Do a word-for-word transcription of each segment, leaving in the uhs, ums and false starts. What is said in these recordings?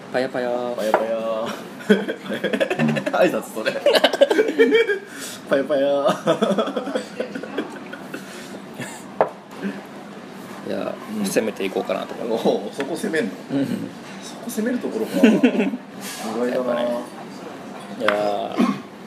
パヤパヤパヤパヤ挨拶それパヤパヤいや、うん、攻めていこうかなと思って。 おそこ攻めんの、うん、そこ攻めるところか意外だな、ね、 いや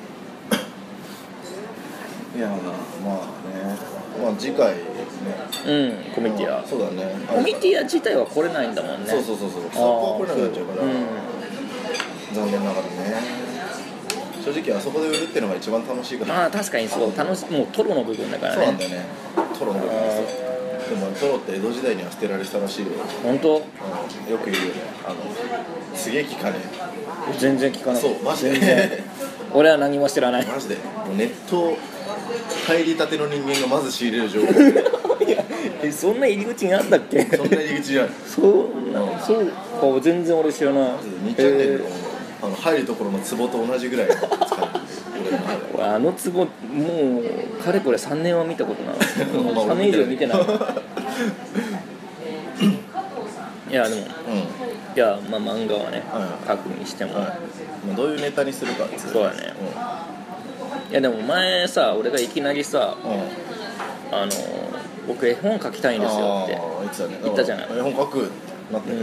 いやまあね、まあ次回ね、 うん、コミティア、 そうだね、 コミティア自体は来れないんだもんね。 そうそうそうそう、そこは来れなくなっちゃうから、うん、残念ながらね。正直あそこで売るっていうのが一番楽しいから。 まあ確かにそう、楽しもうトロの部分だからね。 そうなんだよね、トロの部分です。でもトロって江戸時代には捨てられてたらしいよ。 本当？うん、 よく言うよね。あのすげえ聞かねえ。 全然聞かない。 そうマジで。 俺は何も知らない。 マジで。ネット入りたての人間がまず仕入れる情報。 え、そんな入り口にあったっけ？ そんな入り口じゃない。 そうなの、そうか、全然俺知らない。 にチャンネルのあの入るところの壺と同じぐらい使う。 俺あの壺もうかれこれさんねんは見たことない。さんねん以上見てない。いやでも、うん、いやまあ漫画はね、はい、確認しても、はい、 どういうネタにするかって。 そうだね、うん、いやでも前さ、俺がいきなりさ、うん、あの僕絵本描きたいんですよって言ったじゃない。 絵本描くなってる、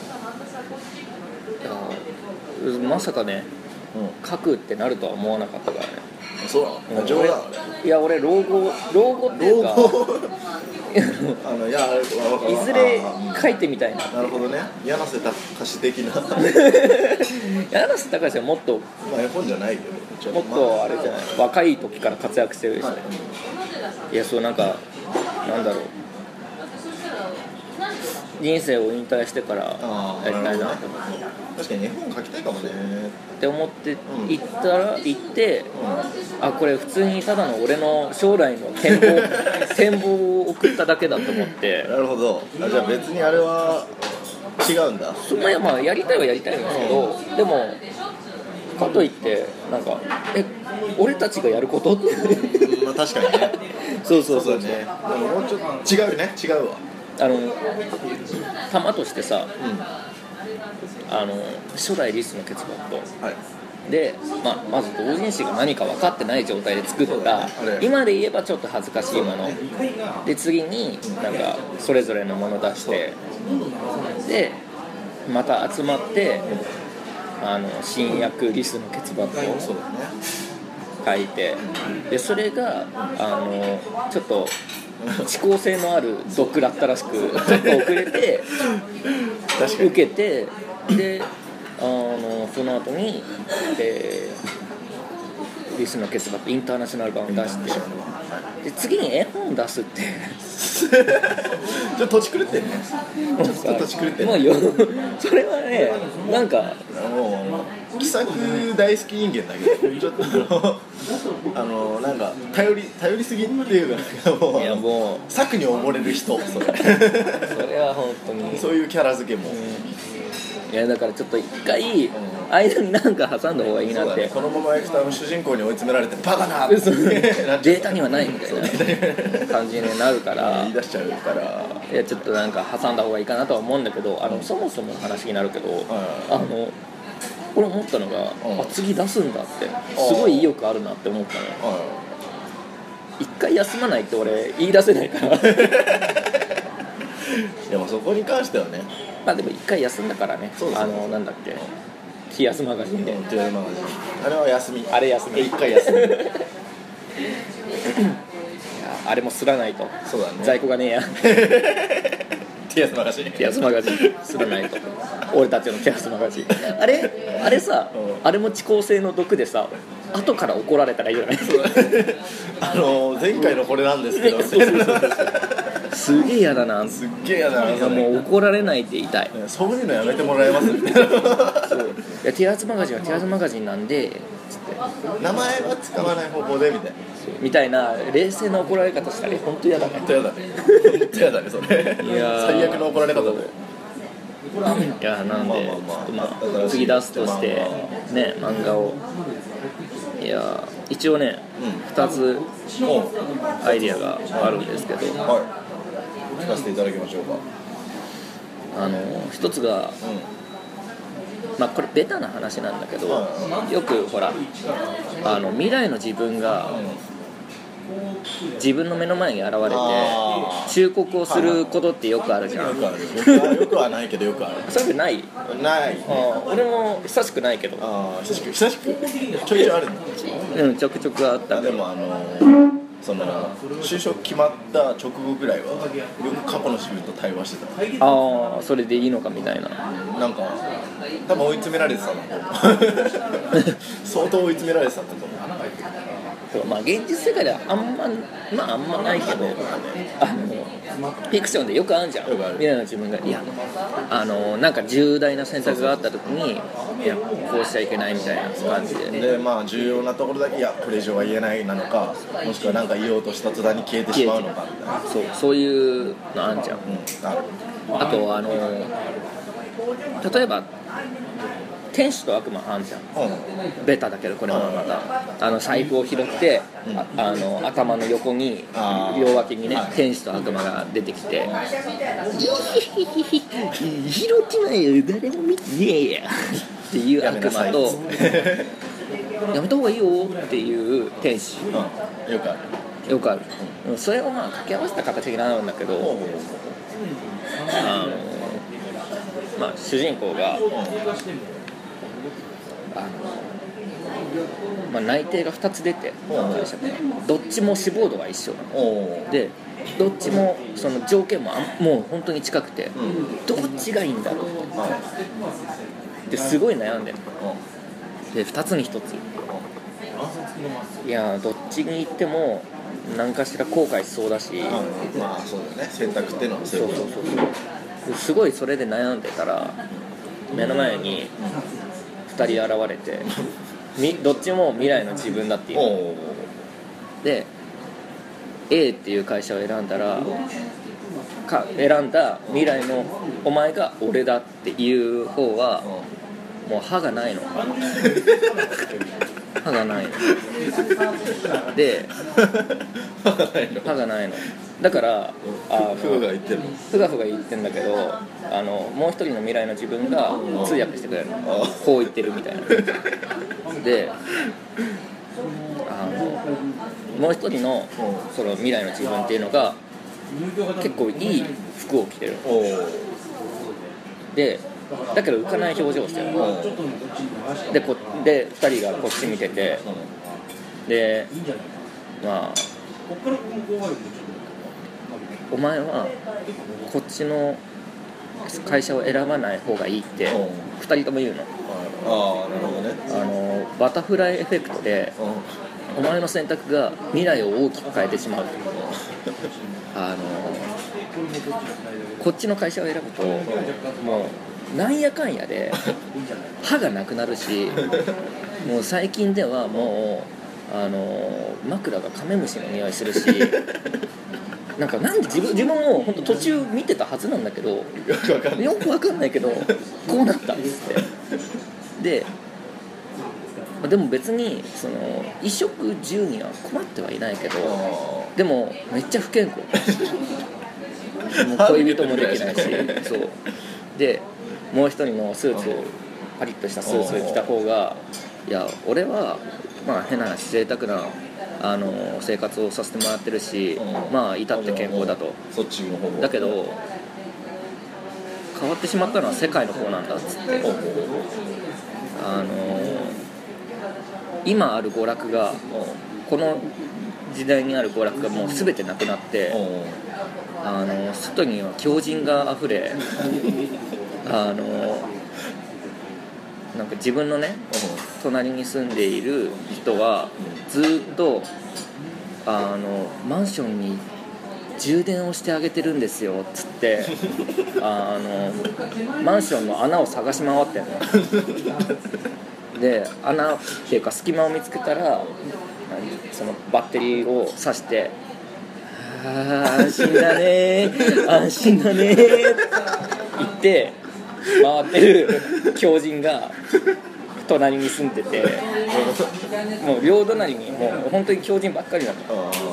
うん、いやまさかね、うん、書くってなるとは思わなかったからね。 そうなの？上だ。 いや俺老後老後っていうかあのいやいずれ書いてみたいな。 なるほどね。柳瀬隆史的な。 柳瀬隆史はもっと、 まあ絵本じゃないけど、 もっとあれじゃない、若い時から活躍してるしね、はい、いやそうなんかなんだろう、人生を引退してからやりたいなと思って、 確かに絵本描きたいかもねって思って行ったら行って、うん、あこれ普通にただの俺の将来の展望展望を送っただけだと思って。 なるほど。あ、じゃあ別にあれは違うんだ。 そまあまあやりたいはやりたいんですけど、うん、でもかといってなんかえ俺たちがやることって、 うん、まあ確かにね。 そうそうそうそう、 そうだね。でももうちょっと違うよね。違うわ。 あの玉としてさ、 うん、 あの初代リスの結末と、 はい、 で、まあ、まず同人誌が何か分かってない状態で作った、今で言えばちょっと恥ずかしいもの、ね、で次になんかそれぞれのもの出して、でまた集まってあの新訳リスの結末を書いて、でそれがあのちょっと遅効性のある読だったらしく、ちょっと遅れて受けて、であのその後に、えー、リスの結末インターナショナル版を出して、で次に絵本出すってちょっと土地狂ってんね。ちょっと土地狂ってんね。 もうよそれはね、なんかもう気さく大好き人間だけど、ちょっとあのなんか頼り頼りすぎっていうか、もう、いやもう策に溺れる人、それそれは本当にそういうキャラ付けも、うん、 いやだからちょっと一回間に何か挟んだ方がいいなって、 ね、このままいくと主人公に追い詰められてバカなデータにはないみたいな感じになるから言い出しちゃうから、 いやちょっとなんか挟んだ方がいいかなとは思うんだけど、あのそもそもの話になるけど、うん、あのこれ思ったのが、うん、あ次出すんだってすごい意欲あるなって思ったのよ。一回休まないって俺言い出せないからでもそこに関してはね、 まあでも一回休んだからね。あのなんだっけ、ティアスマガジンで、 うん、ティアスマガジンあれは休み、 あれ休み、 一回休みいやあれもすらないと。 そうだね、 在庫がねえやティアスマガジンティアスマガジンすらないと俺たちのティアスマガジンあれあれさ、うん、あれも遅効性の毒でさ、後から怒られたらいいじゃないあの前回のこれなんですけどそうそうそうそうすげえ嫌だな、 すっげえ嫌だな。 いやもう怒られないでいたい、 そういうのやめてもらえますそういやティアーズマガジンはティアーズマガジンなんでつって名前は使わない方向でみたいなみたいな冷静な怒られ方したら本当嫌だね。 本当嫌だね本当嫌だねそれ。いや最悪の怒られ方だよ。 いやなんで、まあまあまあ、ちょっとまあ次出すとしてね、漫画を、いや一応ね、うん、ふたつアイディアがあるんですけど、 はい、聞かせていただきましょうか。 あの一つが、 まあこれベタな話なんだけど、よくほらあの未来の自分が自分の目の前に現れて忠告をすることってよくあるじゃん。 よくある。よくはないけどよくある。 それないない、 あ俺も久しくないけど。 あ久しく久しくちょいちょいあるんだ。 うんちょくちょくあった。 でもあのーその就職決まった直後ぐらいはよく過去の自分と対話してた。 ああそれでいいのかみたいな。 なんか多分追い詰められてたんだと思う相当追い詰められてたんだと思う。 まあ現実世界ではあんままああんまないけど、あのフィクションでよくあるじゃん。未来の自分がいやあのなんか重大な選択があった時にいやこうしちゃいけないみたいな感じで。 でまあ重要なところだけいやこれ以上は言えないなのか、もしくは何か言おうとした途端に消えてしまうのかみたいな。 そうそういうのあんじゃん。うん、 ある。 あとあの例えば天使と悪魔あんじゃん、うん、ベタだけどこれもまたあの財布を拾って、うん、ああの頭の横に両脇にね天使と悪魔が出てきて拾ってないよ誰も見てねえやっていう悪魔とやめた方がいいよっていう天使、うん、 よくあるよくある、うん、それをまあ掛け合わせた形になるんだけど、うん、あのまあ主人公が、うんあのまあ、内定がふたつ出て会社でどっちも志望度が一緒なのでどっちもその条件ももう本当に近くて、うん、どっちがいいんだろうですごい悩んでるでふたつにひとついやどっちに行っても何かしら後悔しそうだし、うん、 まあそうだね選択っていうのはそういうこと。 そうそうそうすごいそれで悩んでたら目の前にふたり現れてどっちも未来の自分だっていうで A っていう会社を選んだらか選んだ未来のお前が俺だっていう方はもう歯がないの歯がないので歯がないのだからあふがふが言ってるふがふが言ってんだけどあのもう一人の未来の自分が通訳してくれるのこう言ってるみたいなであのもう一人のその未来の自分っていうのが結構いい服を着てるでだけど浮かない表情をしてるでこでふたりがこっち見ててでまあお前はこっちの会社を選ばない方がいいってふたりとも言うの。 ああなるほどね。 あのバタフライエフェクトでお前の選択が未来を大きく変えてしまうあのこっちの会社を選ぶともうなんやかんやで歯がなくなるしもう最近ではもうあの枕がカメムシの匂いするしなんかなんで自分自分も本当途中見てたはずなんだけどよくわかんないよくわかんないけどこうなったんですってででも別にその衣食住には困ってはいないけどでもめっちゃ不健康もう恋人もできないしそうでもう一人のスーツパリッとしたスーツ着た方がいや俺はまあ変な話贅沢なあの生活をさせてもらってるしまあ至って健康だとそっちの方だけど変わってしまったのは世界の方なんだっつってあの今ある娯楽がこの時代にある娯楽がもう全てなくなってあの外には狂人があふれあのなんか自分のね隣に住んでいる人はずっとあのマンションに充電をしてあげてるんですよっつってあのマンションの穴を探し回ってんので穴っていうか隙間を見つけたらそのバッテリーを挿してあー安心だね安心だねって言って回ってる狂人が隣に住んでてもう両隣にもう本当に狂人ばっかりなの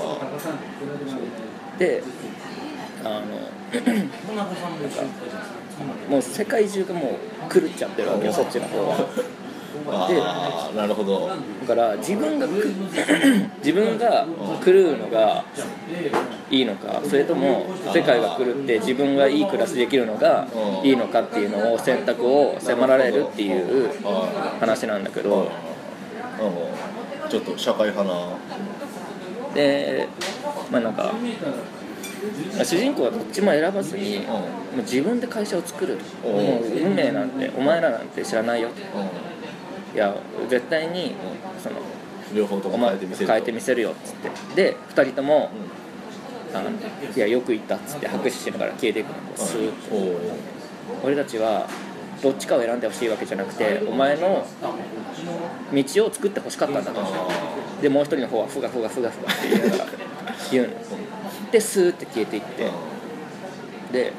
であのなんかもう世界中がもう狂っちゃってるわけよ、そっちの方は。 で、あなるほど。 だから自分が自分が狂うのがいいのか、それとも世界が狂って自分がいい暮らしできるのがいいのかっていうのを選択を迫られるっていう話なんだけど、 ちょっと社会派な。 で、まあなんか主人公はどっちも選ばずに、もう自分で会社を作る、もう運命なんてお前らなんて知らないよ、いや絶対にその両方とも変えてみせる変えてみせるよっつって、でふたりとも、うん、あのいやよく言ったっつって拍手しながら消えていくの、スーッと。俺たちはどっちかを選んでほしいわけじゃなくて、お前の道を作ってほしかったんだと。でもう一人の方はふがふがふがふがって言いながら言うので、スーッて消えていって、で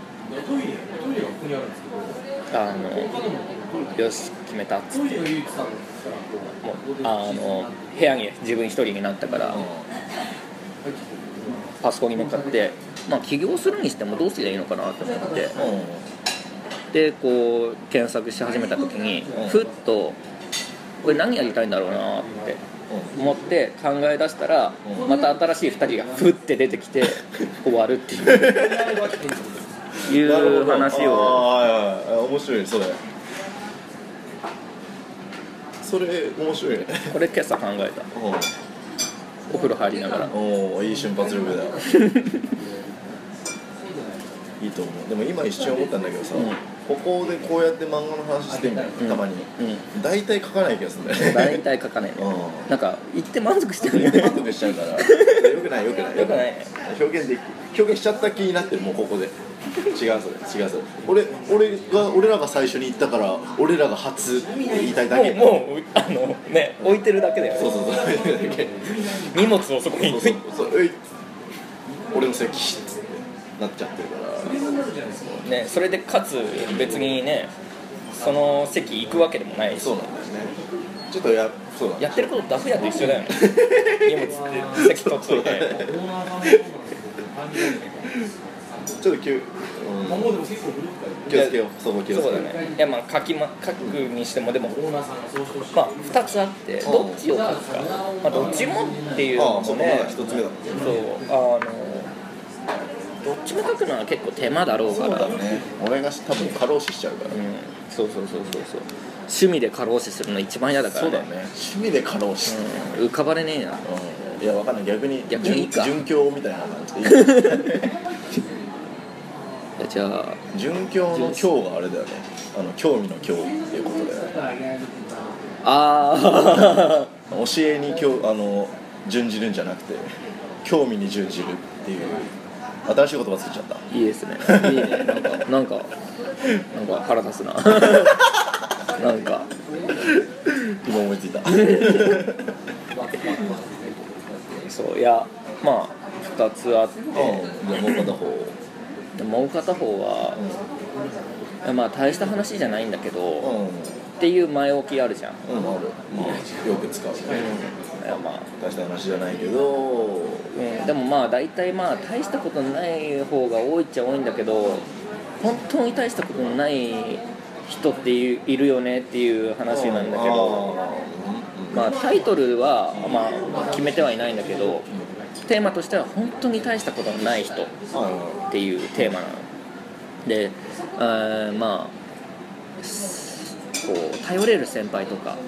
あのよし決めたっつって、もうあの部屋に自分一人になったからパソコンに向かって、まあ起業するにしてもどうすればいいのかなと思って、でこう検索し始めた時にふっとこれ何やりたいんだろうなって思って考え出したら、また新しいふたりがふって出てきて終わるっていういう話を。 ああ面白い、それそれ面白いね。 これ今朝考えた、お風呂入りながら。 おおいい瞬発力だいいと思う。でも今一瞬思ったんだけどさ、うん、ここでこうやって漫画の話してんだよ、たまに、うん、大体書かない気がするんだよね。大体書かないね、うん、なんか言って満足してるね。満足しちゃうからよくないよくないよくない表現で表現しちゃった気になってる、もうここで違うそれ違うそれ俺俺が俺らが最初に言ったから俺らが初って言いたいだけ。 もう、もうあのね置いてるだけだよ。 そうそうそう荷物をそこにそうそうそうえ俺の席ってなっちゃってるからね。それでかつ別にねその席行くわけでもないし。 そうなんだよね。ちょっとやそうなんやってることダフ屋と一緒だよね荷物って席取っといてちょっと気を、うん、気をつけよう。そこ気をつけよう。 そうだね。いやまあ書きま書くにしてもでもまあふたつあってどっちを書くか、まあどっちもっていうのもね。 一つ目だもんね。 そうあのどっちも書くのは結構手間だろうから。 そうだね。俺が多分過労死しちゃうから。 うん。そうそうそうそうそう。趣味で過労死するの一番嫌だからね。 そうだね。趣味で過労死。 うん。浮かばれねえな。 うん。いやわかんない。逆に逆にいいか。 殉教みたいな感じでいい。 じゃあ殉教の教があれだよね。あの興味の教っていうことだよね。 ああ。 教えに教あの準じるんじゃなくて興味に準じるっていう新しい言葉作っちゃった。 いいですね。いいね。なんかなんかなんか腹立つな。なんか今思いついた。 そういやまあふたつあって、 うん、もう片方もう片方は、うん、まあ大した話じゃないんだけど、うん、っていう前置きあるじゃん。 うん、ある。まあよく使うね。うん、いやまあ大した話じゃないけど、 うん、でもまあ大体まあ大したことない方が多いっちゃ多いんだけど、本当に大したことのない人っていういるよねっていう話なんだけど、まあタイトルはまあ決めてはいないんだけど、テーマとしては本当に大したことのない人っていうテーマなので、あまあこう頼れる先輩とか、うん、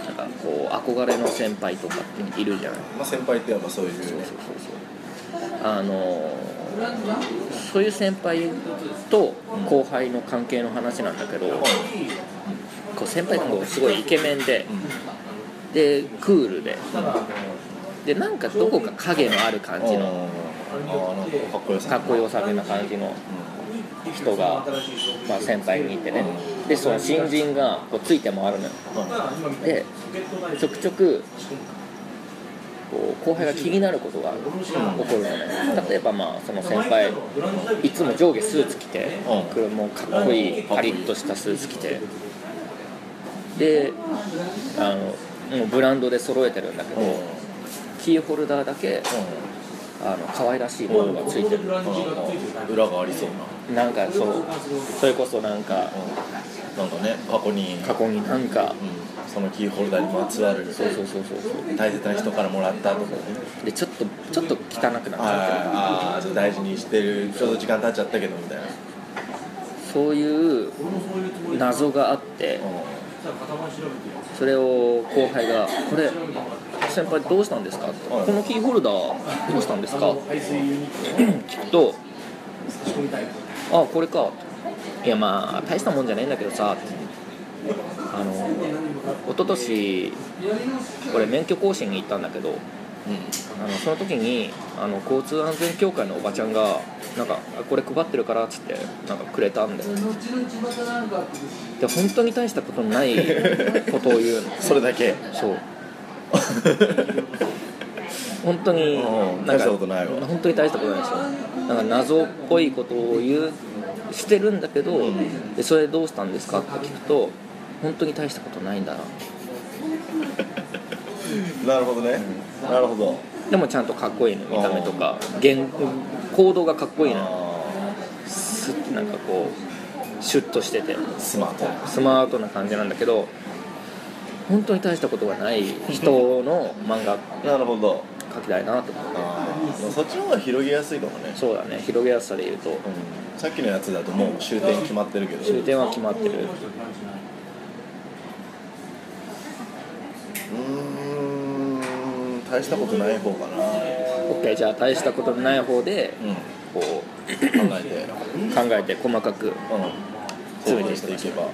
なんかこう憧れの先輩とかっているじゃない。 まあ、先輩ってやっぱそういうね。そうそうそうそう。あのそういう先輩と後輩の関係の話なんだけど、うん、こう先輩がすごいイケメンで、うん、でクールで。でなんかどこか影のある感じのかっこよさかっこよさげな感じの人が、まあ、先輩にいてね、でその新人がこうついて回るのよ。でちょくちょくこう後輩が気になることが起こるのね。例えばまあその先輩いつも上下スーツ着て、もうかっこいいパリッとしたスーツ着て、であのもうブランドで揃えてるんだけど、キーホルダーだけ、うん、あの可愛らしいものがついてる、うん、 裏がありそうな。 なんかそうそれこそなんか、 うん、なんかね過去に過去になんか、うん、 そのキーホルダーにまつわるそうそうそうそう大切な人からもらったとかでちょっとちょっと汚くなっちゃってああ大事にしてるちょうど時間経っちゃったけどみたいなそういう謎があって、うん、それを後輩がこれ先輩どうしたんですか、うん、このキーホルダーどうしたんですか聞くとあこれかいやまあ大したもんじゃないんだけどさあの一昨年俺免許更新に行ったんだけど、うん、あのその時にあの交通安全協会のおばちゃんがなんかこれ配ってるからっつってなんかくれたんでで本当に大したことのないことを言うのそれだけそう本当になんか大したことないわ本当に大したことないですよなんか謎っぽいことを言うしてるんだけど、うん、でそれどうしたんですかって聞くと本当に大したことないんだななるほどね、うん、なるほどでもちゃんとかっこいいの見た目とか言行動がかっこいいのスッなんかこうシュッとしててスマートスマートな感じなんだけど本当に大したことがない人の漫画なるほど描きたいなと思ってあそっちの方が広げやすいかもねそうだね広げやすさで言うと、うん、 さっきのやつだともう終点決まってるけど終点は決まってるうーん大したことない方かな OK じゃあ大したことない方で、うん、こう考えて考えて細かく、うん、 詰めてしていけば、ね、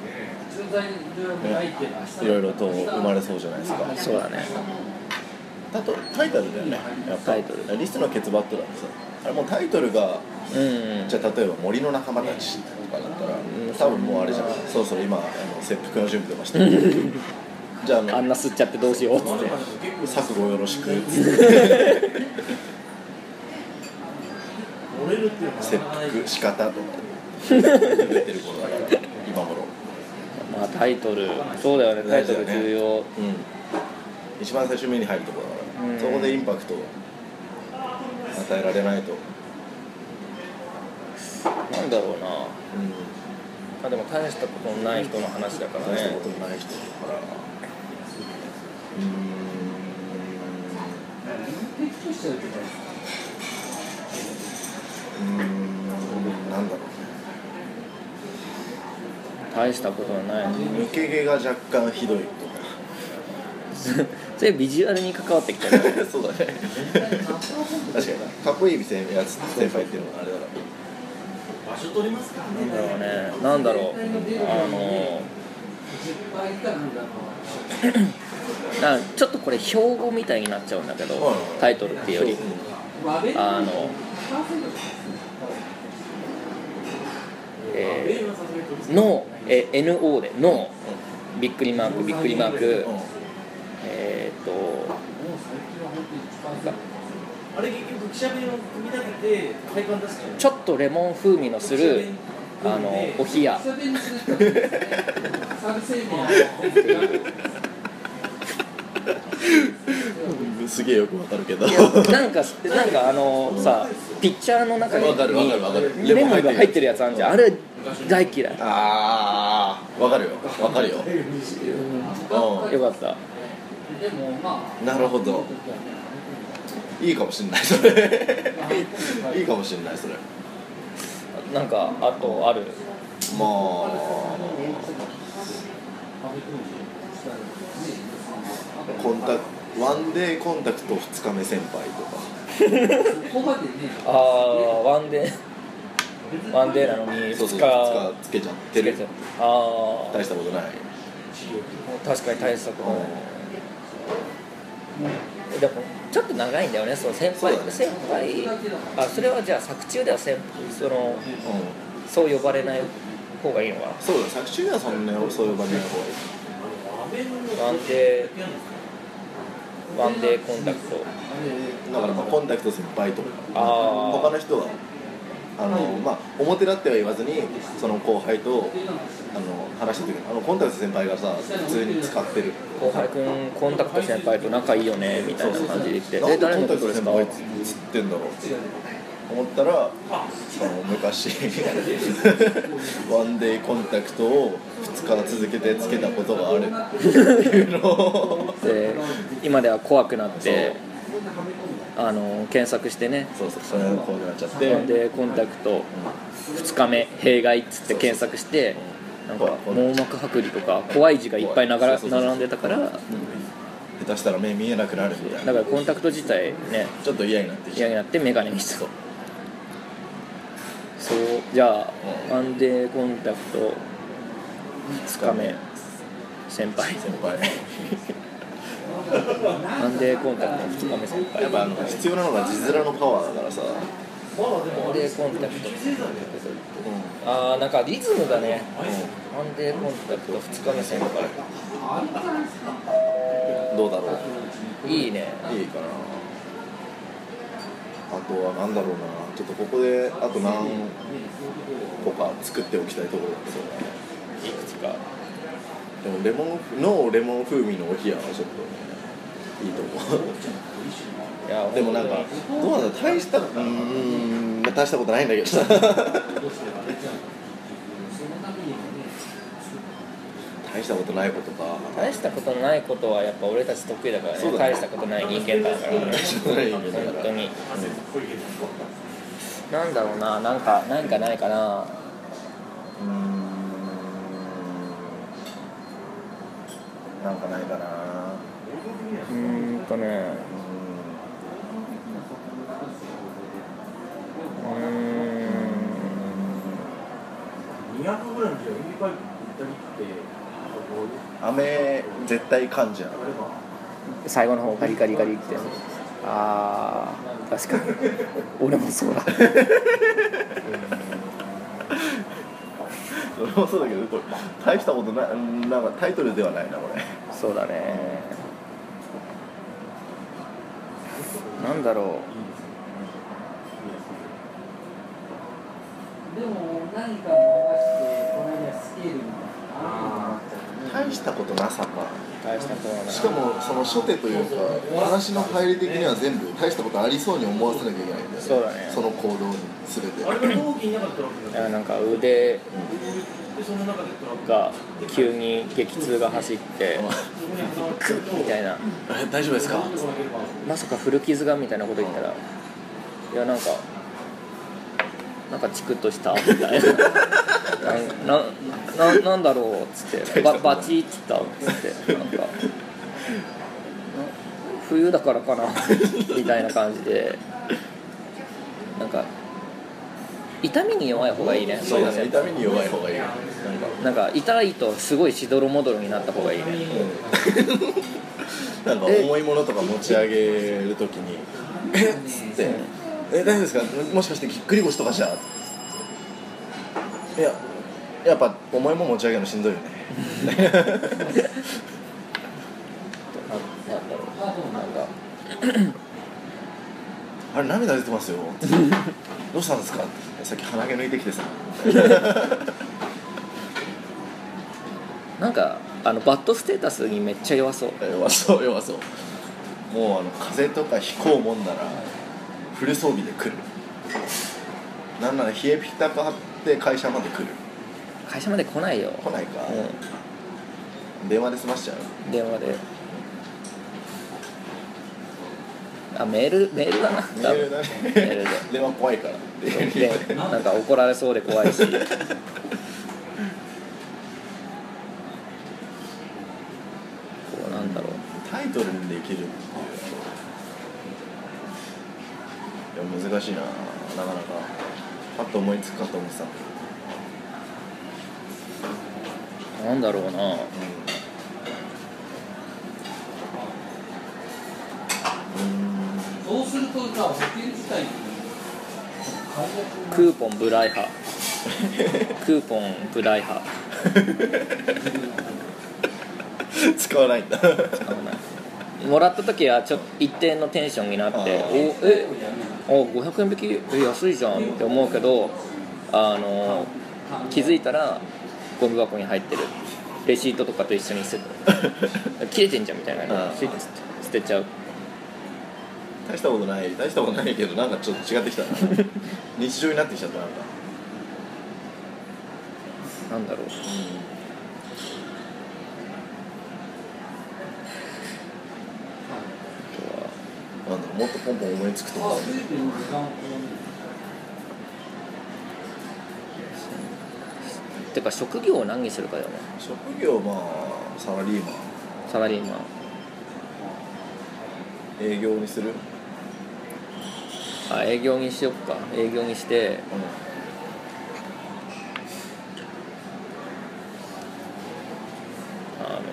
いろいろと生まれそうじゃないですかそうだねあとタイトルだよねやっぱタイトルリストのケツバットだってさあれもうタイトルが、うんうん、じゃあ例えば森の仲間たちとかだったら、うん、多分もうあれじゃんそろそろ今あの切腹の準備とかしてるじゃああんな吸っちゃってどうしようっつって錯誤よろしくっつって切腹仕方とか出てる頃だから今頃まあタイトルそうだよねタイトル重要、ねうん、一番最初目に入るところだから、うん、そこでインパクトを与えられないとなんだろうな、うんあ、でも大したことのない人の話だからね大したことのない人だからうーんうーんなんだろうね大したことのない抜け毛が若干ひどいとかそれビジュアルに関わってきたねそうだね確かにかっこいい先輩先輩っていうのはあれだから場所取りますからねなんだろうねなんだろうあのちょっとこれ標語みたいになっちゃうんだけど、はい、タイトルっていうよりあの、えー、ノー、え エヌオー でノーびっくりマークびっくりマークえーっとあれ結局くしゃみを組み立てて体感出すちょっとレモン風味のするあのお冷やすげえよくわかるけどなんかなんかあのさピッチャーの中にレモンが入ってるやつあるじゃんあれ大嫌いああわかるよわかるよ、 うん、よかったなるほどいいかもしんないそれいいかもしんないそれなんかあとあるまあコンタワンデーコンタクトふつかめ先輩とかああワンデーワンデーなのにふつかつけちゃってるあ大したことない確かに大したことないでもちょっと長いんだよねその先輩、ね、先輩あそれはじゃあ作中では先その、うん、そう呼ばれない方がいいのかなそうだ作中ではそんなそう呼ばれない方がいいワンデーワンデーコンタクトだからまあコンタクト先輩とかあ他の人はあの、まあ、表立っては言わずにその後輩とあの話した時にあのコンタクト先輩がさ普通に使ってる後輩くんコンタクト先輩と仲いいよねみたいな感じで言ってえ誰のことですかコンタクト先輩っつってんだろう思ったらその昔ワンデーコンタクトをふつか続けてつけたことがあるっていうのをで今では怖くなってあの検索してね、 そうそうそれが怖くなっちゃってワンデーコンタクトふつかめ弊害っつって検索してなんか網膜剥離とか怖い字がいっぱいながら並んでたから、 下手したら目見えなくなるみたいな。 だからコンタクト自体ねちょっと嫌になってき嫌になってメガネにした。そうじゃあ、うん、ワンデーコンタクトふつかめ先輩先輩ワンデーコンタクトふつかめ先輩やっぱあの必要なのが字面のパワーだからさ。 ワンデーコンタクト、うん、ああなんかリズムだね、うん、ワンデーコンタクトふつかめ先輩どうだろう。 いいね。 いいかな。あとはなんだろうな、ちょっとここであと何個か作っておきたいところだけどね。 いくつか。 でもレモンのレモン風味のお冷やはちょっとねいいと思う。いやでもなんかどうなんだろう、大したうーん大したことないんだけどさ大したことないことか。 大したことないことはやっぱ俺たち得意だからね。大したことない人間だからね。本当に。なんだろうな、なんか何かないかな。うーんなんかないかな。 うーんとね。うーん。にひゃくグラムじゃ海パイプ行ったりって。 飴絶対噛んじゃう。 最後の方カリカリカリってあー確かに俺もそうだそれもそうだけどこれ大したことない、なんかタイトルではないなこれ。 そうだね。なんだろう。でも何か回してこの間スケールみたいな大したことなさか。 大したことない。 しかもその初手というか話の入り的には全部大したことありそうに思わせなきゃいけないんだよね。 そうだね。 その行動に全て。 いやなんか腕が急に激痛が走ってクッみたいな。 え大丈夫ですか。 まさか古傷がみたいなこと言ったらいやなんかなんかチクッとしたみたいなな, な, なんだろうっつってバ, バチッつったっつってなんか冬だからかなみたいな感じでなんか痛みに弱い方がいいね。 そうだね、痛みに弱い方がいい。なんかなんか痛いとすごいしどろもどろになった方がいいね、 うん、なんか重いものとか持ち上げるときにえっつってえ大丈夫ですか、もしかしてぎっくり腰とかじゃ。いややっぱ重いもの持ち上げるのしんどいよねなんだろうなんかあれ涙出てますよどうしたんですかさっき鼻毛抜いてきてさなんかあのバッドステータスにめっちゃ弱そう。 弱そう弱そう。もうあの風邪とかひこうもんならフル装備で来る。なんなら冷えピタかって会社まで来る。 会社まで来ないよ。 来ないか、うん、電話で済ましちゃう。 電話であメールメールだな。 メールだね。メールで電話怖いからでなんか怒られそうで怖いしこうなんだろうタイトルにできるっていう。いや難しいな、なかなかパッと思いつくかと思ってた。 なんだろうな、うん、そうするとさ、保険自体クーポンブライ派クーポンブライ派使わないんだ使わないもらった時はちょっと一定のテンションになっておえおごひゃくえん引きえ安いじゃんって思うけどあの気づいたらゴミ箱に入ってるレシートとかと一緒に捨て切れてんじゃんみたいな感じで捨てちゃう。 大したことない大したことないけどなんかちょっと違ってきたな日常になってきちゃったなんかなんだろう、うん、 なんだろうもっとポンポン思いつくとかてか職業を何にするかだよね。 職業まあサラリーマンサラリーマン営業にする。 あ、営業にしよっか。営業にして、うん、あのなん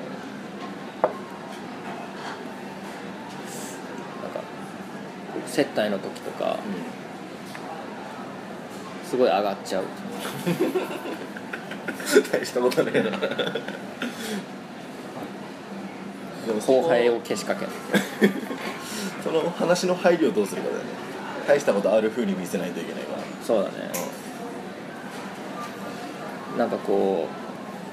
か接待の時とか、うん、すごい上がっちゃう大したことねえな後輩をけしかけるその話の配慮をどうするかだよね。大したことある風に見せないといけないから。 そうだね、うん、なんかこう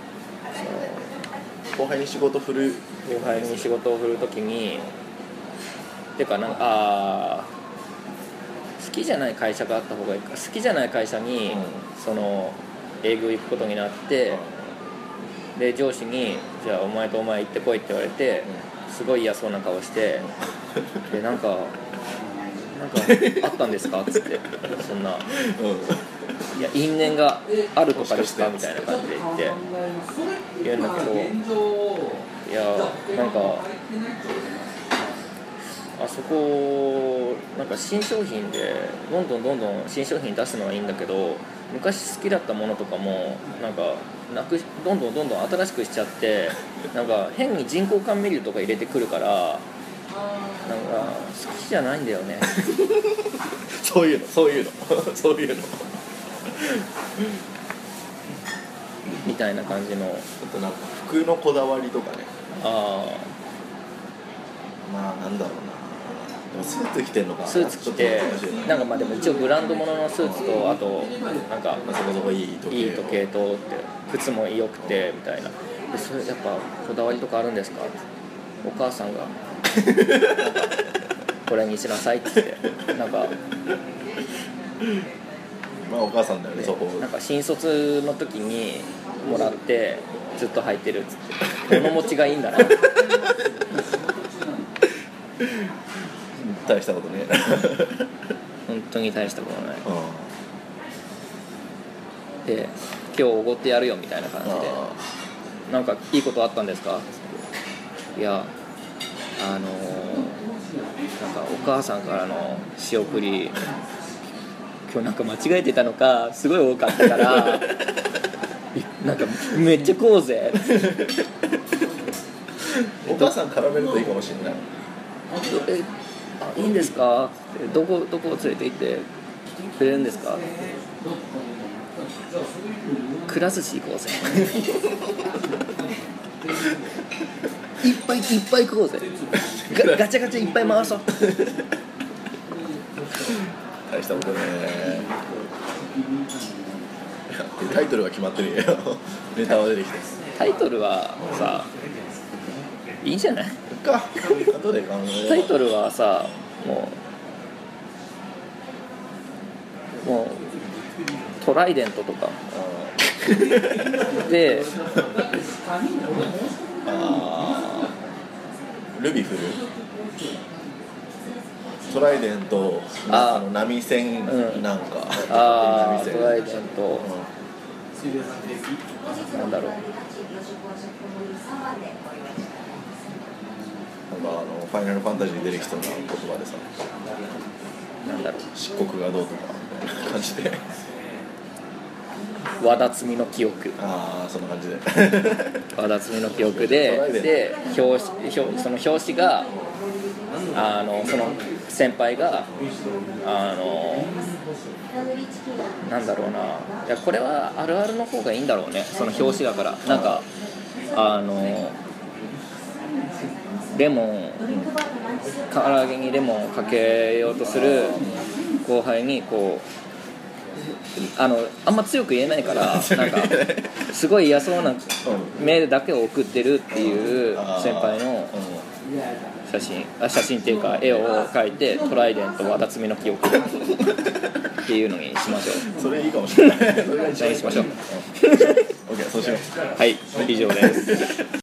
その後輩に仕事振る後輩に仕事を振るときにてかなんかあ好きじゃない会社があった方がいいか。好きじゃない会社に、うん、その営業行くことになって、うん、で上司にじゃあお前とお前行ってこいって言われて、うん、すごい嫌そうな顔してでなんかなんかあったんですかっつってそんな、うん、いや因縁があるとかですかみたいな感じで言って言うんだけど、いやなんかあそこなんか新商品でどんどんどんどん新商品出すのはいいんだけど、昔好きだったものとかもなんかなくどんどんどんどん新しくしちゃってなんか変に人工甘味料とか入れてくるからなんか好きじゃないんだよねそういうのそういうのそういうのみたいな感じの。 あとなんか服のこだわりとかね。 ああまあなんだろうな。でもスーツ着てんのか。 スーツ着てなんかまあでも一応ブランド物のスーツとあとなんかそこそこいい時計いい時計とって靴も良くてみたいな。でそれやっぱこだわりとかあるんですか。お母さんがなんかこれにしなさいって言ってなんかまあお母さんだよねそこ。 なんか新卒の時にもらってずっと履いてるっつって物持ちがいいんだな大したことね本当に大したことない、うん、で今日おごってやるよみたいな感じでなんかいいことあったんですか。いやあのー、なんかお母さんからの仕送り今日なんか間違えてたのかすごい多かったからなんかめっちゃこうぜお母さん絡めるといいかもしれない。 えあいいんですか。どこどこを連れて行ってくれるんですか。くら寿司行こうぜいっぱいいっぱい行こうぜガ, ガチャガチャいっぱい回そう大したことねタイトルは決まってるよネタは出てきてタイトルはさいいんじゃないか後で考えタイトルはさもうもうトライデントとかであルビフルトライデントあの波線なんか、うん、 あトライデント、うん、なんだろうなんかあのファイナルファンタジーに出てきそうな言葉でさなんだろう漆黒がどうとか感じで和田摘みの記憶ああそんな感じで和田摘みの記憶でで表紙その表紙があのその先輩があのなんだろうないやこれはあるあるの方がいいんだろうねその表紙だからなんかあのレモン唐揚げにレモンをかけようとする後輩にこうあのあんま強く言えないからなんかすごい嫌そうな目だけを送ってるっていう先輩の写真あ写真っていうか絵を描いてトライデントわたつみの木を描くっていうのにしましょう。 それいいかもしれない。それが一番何しましょう。 オッケー、そうしよう。 はい、以上です。